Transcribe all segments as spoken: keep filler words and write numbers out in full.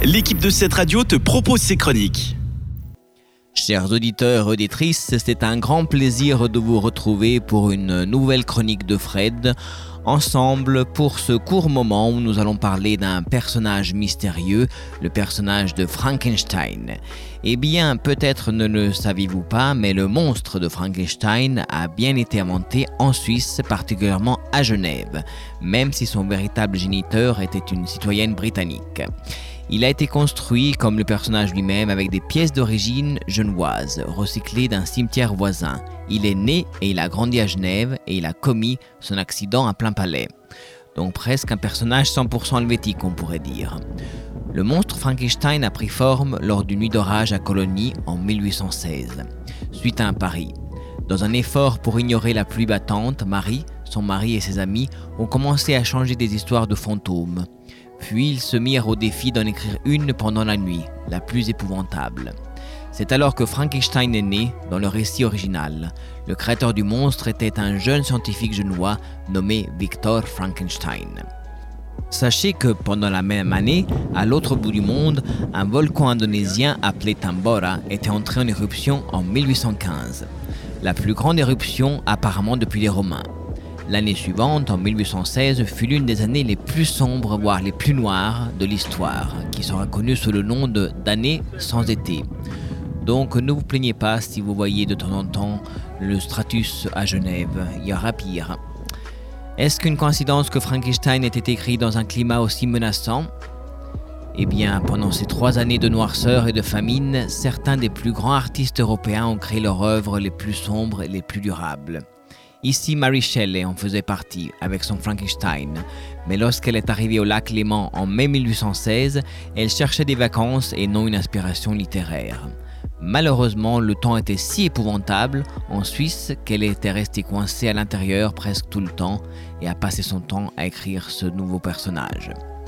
l'équipe de cette radio te propose ses chroniques. Chers auditeurs et auditrices, c'est un grand plaisir de vous retrouver pour une nouvelle chronique de Fred. Ensemble, pour ce court moment où nous allons parler d'un personnage mystérieux, le personnage de Frankenstein. Eh bien, peut-être ne le saviez-vous pas, mais le monstre de Frankenstein a bien été inventé en Suisse, particulièrement à Genève, même si son véritable géniteur était une citoyenne britannique. Il a été construit comme le personnage lui-même avec des pièces d'origine genevoises, recyclées d'un cimetière voisin. Il est né et il a grandi à Genève et il a commis son accident à plein palais. Donc presque un personnage cent pour cent helvétique, on pourrait dire. Le monstre Frankenstein a pris forme lors d'une nuit d'orage à Colonie en mille huit cent seize, suite à un pari. Dans un effort pour ignorer la pluie battante, Marie, son mari et ses amis ont commencé à changer des histoires de fantômes. Puis ils se mirent au défi d'en écrire une pendant la nuit, la plus épouvantable. C'est alors que Frankenstein est né dans le récit original. Le créateur du monstre était un jeune scientifique genevois nommé Victor Frankenstein. Sachez que pendant la même année, à l'autre bout du monde, un volcan indonésien appelé Tambora était entré en éruption en mille huit cent quinze. La plus grande éruption apparemment depuis les Romains. L'année suivante, en mille huit cent seize, fut l'une des années les plus sombres, voire les plus noires de l'histoire, qui sera connue sous le nom de d'année sans été. Donc ne vous plaignez pas si vous voyez de temps en temps le Stratus à Genève, il y aura pire. Est-ce qu'une coïncidence que Frankenstein ait été écrit dans un climat aussi menaçant ? Eh bien, pendant ces trois années de noirceur et de famine, certains des plus grands artistes européens ont créé leurs œuvres les plus sombres et les plus durables. Ici, Mary Shelley en faisait partie, avec son Frankenstein. Mais lorsqu'elle est arrivée au lac Léman en mai mille huit cent seize, elle cherchait des vacances et non une inspiration littéraire. Malheureusement, le temps était si épouvantable en Suisse qu'elle était restée coincée à l'intérieur presque tout le temps et a passé son temps à écrire ce nouveau personnage.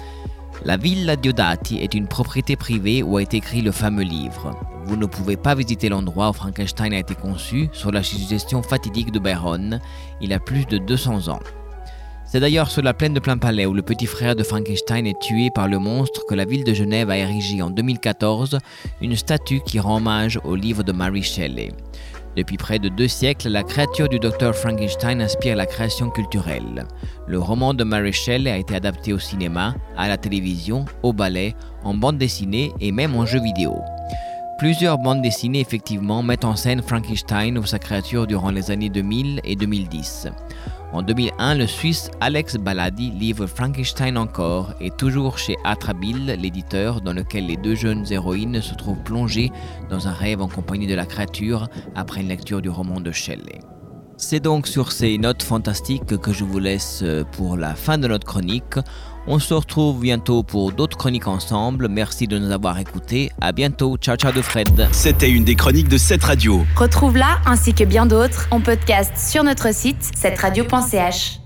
La Villa Diodati est une propriété privée où a été écrit le fameux livre. Vous ne pouvez pas visiter l'endroit où Frankenstein a été conçu sur la suggestion fatidique de Byron, il a plus de deux cents ans. C'est d'ailleurs sur la plaine de Plein Palais où le petit frère de Frankenstein est tué par le monstre que la ville de Genève a érigé en deux mille quatorze une statue qui rend hommage au livre de Mary Shelley. Depuis près de deux siècles, la créature du docteur Frankenstein inspire la création culturelle. Le roman de Mary Shelley a été adapté au cinéma, à la télévision, au ballet, en bande dessinée et même en jeu vidéo. Plusieurs bandes dessinées effectivement mettent en scène Frankenstein ou sa créature durant les années deux mille et deux mille dix. En deux mille un, le Suisse Alex Baladi livre Frankenstein encore et toujours chez Atrabile, l'éditeur, dans lequel les deux jeunes héroïnes se trouvent plongées dans un rêve en compagnie de la créature après une lecture du roman de Shelley. C'est donc sur ces notes fantastiques que je vous laisse pour la fin de notre chronique. On se retrouve bientôt pour d'autres chroniques ensemble. Merci de nous avoir écoutés. À bientôt. Ciao, ciao de Fred. C'était une des chroniques de cette radio. Retrouve-la ainsi que bien d'autres en podcast sur notre site cette radio point c h.